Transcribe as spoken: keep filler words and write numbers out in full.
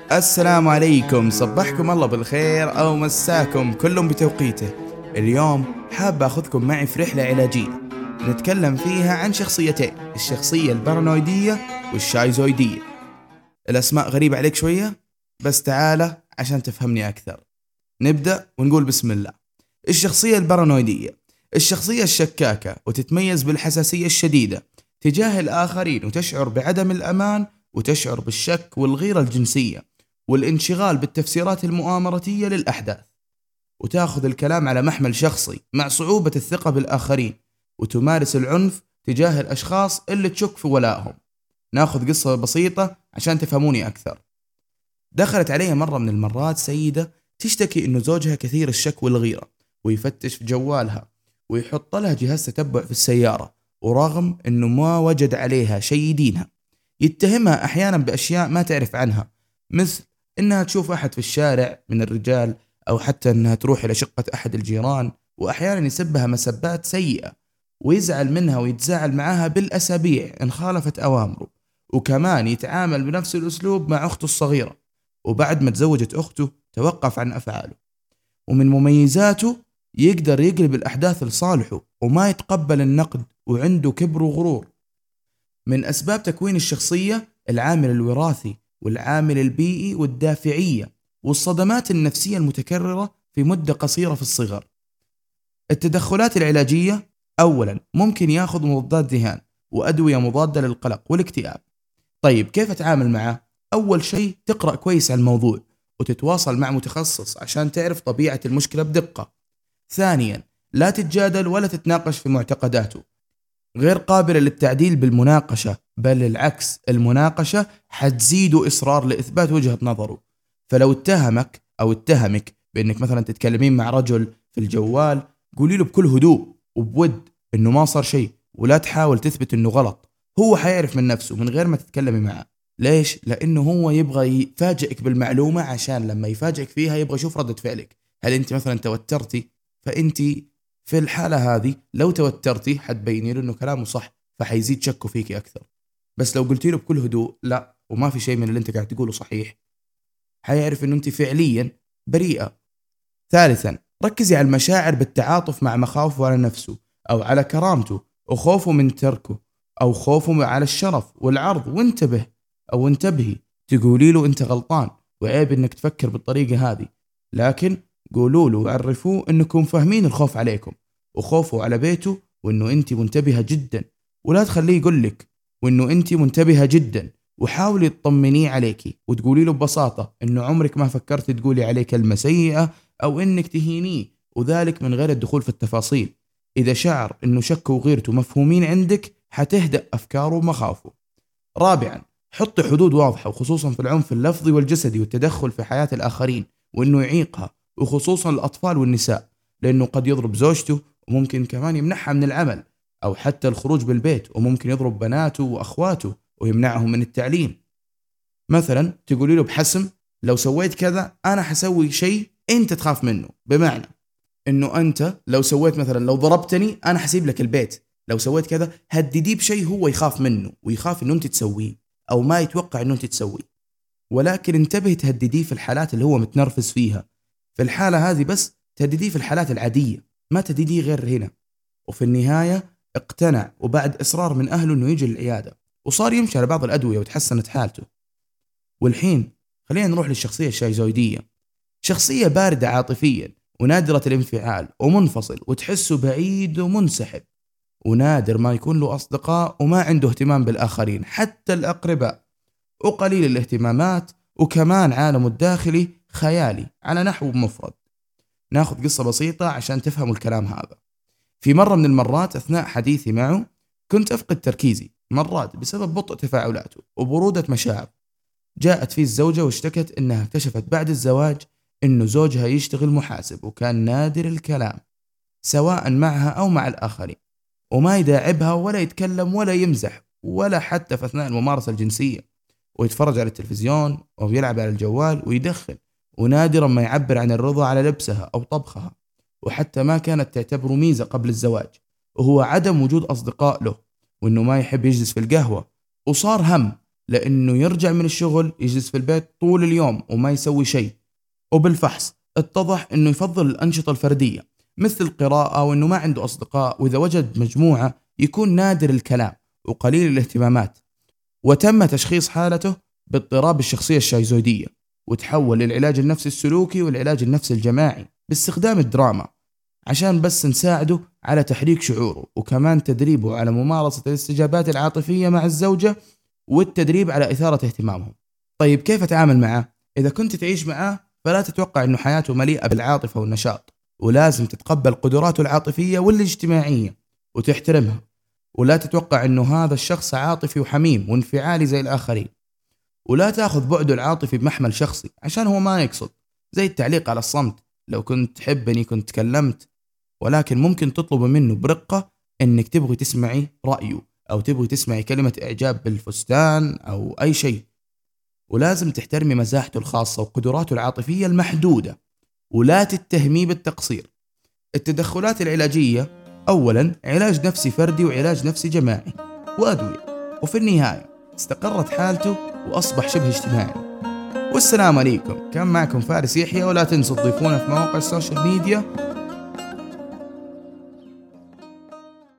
السلام عليكم، صبحكم الله بالخير أو مساكم كلهم بتوقيته. اليوم حاب أخذكم معي في رحلة علاجية نتكلم فيها عن شخصيتين، الشخصية البارانويدية والشايزويدية. الأسماء غريبة عليك شوية، بس تعالى عشان تفهمني أكثر. نبدأ ونقول بسم الله. الشخصية البارانويدية الشخصية الشكاكة، وتتميز بالحساسية الشديدة تجاه الآخرين، وتشعر بعدم الأمان، وتشعر بالشك والغيرة الجنسية والانشغال بالتفسيرات المؤامراتية للأحداث، وتأخذ الكلام على محمل شخصي مع صعوبة الثقة بالآخرين، وتمارس العنف تجاه الأشخاص اللي تشك في ولائهم. ناخذ قصة بسيطة عشان تفهموني أكثر. دخلت علي مرة من المرات سيدة تشتكي إنه زوجها كثير الشك والغيرة، ويفتش في جوالها ويحط لها جهاز تتبع في السيارة، ورغم إنه ما وجد عليها شيء يدينها. يتهمها أحيانا بأشياء ما تعرف عنها، مثل إنها تشوف أحد في الشارع من الرجال، أو حتى إنها تروح إلى شقة أحد الجيران، وأحيانا يسبها مسبات سيئة ويزعل منها ويتزاعل معها بالأسابيع إن خالفت أوامره. وكمان يتعامل بنفس الأسلوب مع أخته الصغيرة، وبعد ما تزوجت أخته توقف عن أفعاله. ومن مميزاته يقدر يقلب الأحداث لصالحه، وما يتقبل النقد، وعنده كبر وغرور. من أسباب تكوين الشخصية العامل الوراثي والعامل البيئي والدافعية والصدمات النفسية المتكررة في مدة قصيرة في الصغر. التدخلات العلاجية: أولا، ممكن ياخذ مضادات ذهان وأدوية مضادة للقلق والاكتئاب. طيب كيف أتعامل معه؟ أول شيء تقرأ كويس عن الموضوع وتتواصل مع متخصص عشان تعرف طبيعة المشكلة بدقة. ثانيا، لا تتجادل ولا تتناقش في معتقداته، غير قابلة للتعديل بالمناقشة، بل العكس، المناقشة حتزيد إصرار لإثبات وجهة نظره. فلو اتهمك أو اتهمك بأنك مثلا تتكلمين مع رجل في الجوال، قولي له بكل هدوء وبود إنه ما صار شيء، ولا تحاول تثبت إنه غلط. هو حيعرف من نفسه من غير ما تتكلمي معه. ليش؟ لأنه هو يبغى يفاجئك بالمعلومة، عشان لما يفاجئك فيها يبغى يشوف ردة فعلك. هل أنت مثلا توترتي؟ فأنت في الحالة هذه لو توترتي حتبيني له إنه كلامه صح، فحيزيد شكه فيكي أكثر. بس لو قلتي له بكل هدوء لا وما في شيء من اللي أنت قاعد تقوله صحيح، حيعرف إنه أنت فعليا بريئة. ثالثا، ركزي على المشاعر بالتعاطف مع مخاوفه على نفسه أو على كرامته، وخوفه من تركه، أو خوفه على الشرف والعرض. وانتبه أو انتبهي، تقولي له أنت غلطان وعيب إنك تفكر بالطريقة هذه، لكن قولوا له وعرفوه إنكم فاهمين الخوف عليكم وخوفه على بيته، وإنه أنت منتبهة جدا، ولا تخليه يقولك وإنه أنت منتبهة جدا. وحاولي تطمنيه عليكي وتقولي له ببساطة إنه عمرك ما فكرت تقولي عليه كلمة سيئة أو إنك تهينيه، وذلك من غير الدخول في التفاصيل. إذا شعر إنه شكه وغيرته مفهومين عندك، حتهدأ أفكاره ومخاوفه. رابعا، حط حدود واضحة، وخصوصا في العنف اللفظي والجسدي والتدخل في حياة الآخرين، وإنه يعيقها، وخصوصا الأطفال والنساء، لأنه قد يضرب زوجته، وممكن كمان يمنعها من العمل أو حتى الخروج بالبيت، وممكن يضرب بناته وأخواته ويمنعهم من التعليم. مثلا تقولي له بحسم: لو سويت كذا أنا حسوي شيء أنت تخاف منه، بمعنى إنه أنت لو سويت مثلا لو ضربتني أنا حسيب لك البيت، لو سويت كذا. هدديه بشيء هو يخاف منه ويخاف إنه أنت تسويه، أو ما يتوقع إنه أنت تسويه. ولكن انتبه تهدديه في الحالات اللي هو متنرفز فيها. في الحالة هذه بس تهدديه، في الحالات العادية ما تهدديه غير هنا. وفي النهاية اقتنع، وبعد إصرار من أهله إنه يجي للعيادة، وصار يمشي على بعض الأدوية وتحسنت حالته. والحين خلينا نروح للشخصية الشايزويدية. شخصية باردة عاطفيا ونادرة الانفعال ومنفصل، وتحسه بعيد ومنسحب، ونادر ما يكون له أصدقاء، وما عنده اهتمام بالآخرين حتى الأقرباء، وقليل الاهتمامات، وكمان عالمه الداخلي خيالي على نحو مفرد. ناخذ قصة بسيطة عشان تفهموا الكلام هذا. في مرة من المرات أثناء حديثي معه كنت أفقد تركيزي مرات بسبب بطء تفاعلاته وبرودة مشاعر. جاءت فيه الزوجة واشتكت إنها اكتشفت بعد الزواج إنه زوجها يشتغل محاسب، وكان نادر الكلام سواء معها أو مع الآخرين، وما يداعبها ولا يتكلم ولا يمزح ولا حتى في أثناء الممارسة الجنسية، ويتفرج على التلفزيون أو يلعب على الجوال ويدخن، ونادرا ما يعبر عن الرضا على لبسها أو طبخها، وحتى ما كانت تعتبره ميزة قبل الزواج، وهو عدم وجود أصدقاء له، وإنه ما يحب يجلس في القهوة. وصار هم لأنه يرجع من الشغل يجلس في البيت طول اليوم وما يسوي شيء. وبالفحص اتضح أنه يفضل الأنشطة الفردية مثل القراءة، وأنه ما عنده أصدقاء، وإذا وجد مجموعة يكون نادر الكلام وقليل الاهتمامات. وتم تشخيص حالته باضطراب الشخصية الشيزويدية، وتحول للعلاج النفسي السلوكي والعلاج النفسي الجماعي باستخدام الدراما عشان بس نساعده على تحريك شعوره، وكمان تدريبه على ممارسة الاستجابات العاطفية مع الزوجة والتدريب على إثارة اهتمامهم. طيب كيف أتعامل معه؟ إذا كنت تعيش معه فلا تتوقع أنه حياته مليئة بالعاطفة والنشاط، ولازم تتقبل قدراته العاطفية والاجتماعية وتحترمها، ولا تتوقع أنه هذا الشخص عاطفي وحميم وانفعالي زي الآخرين، ولا تأخذ بعده العاطفي بمحمل شخصي عشان هو ما يقصد، زي التعليق على الصمت. لو كنت تحبني كنت تكلمت، ولكن ممكن تطلب منه برقة انك تبغي تسمعي رأيه او تبغي تسمعي كلمة اعجاب بالفستان او اي شيء. ولازم تحترمي مساحته الخاصة وقدراته العاطفية المحدودة، ولا تتهميه بالتقصير. التدخلات العلاجية اولا علاج نفسي فردي وعلاج نفسي جماعي وادوية، وفي النهاية استقرت حالته واصبح شبه اجتماعي. والسلام عليكم، كان معكم فارس يحيى، ولا تنسوا تضيفونا في مواقع السوشيال ميديا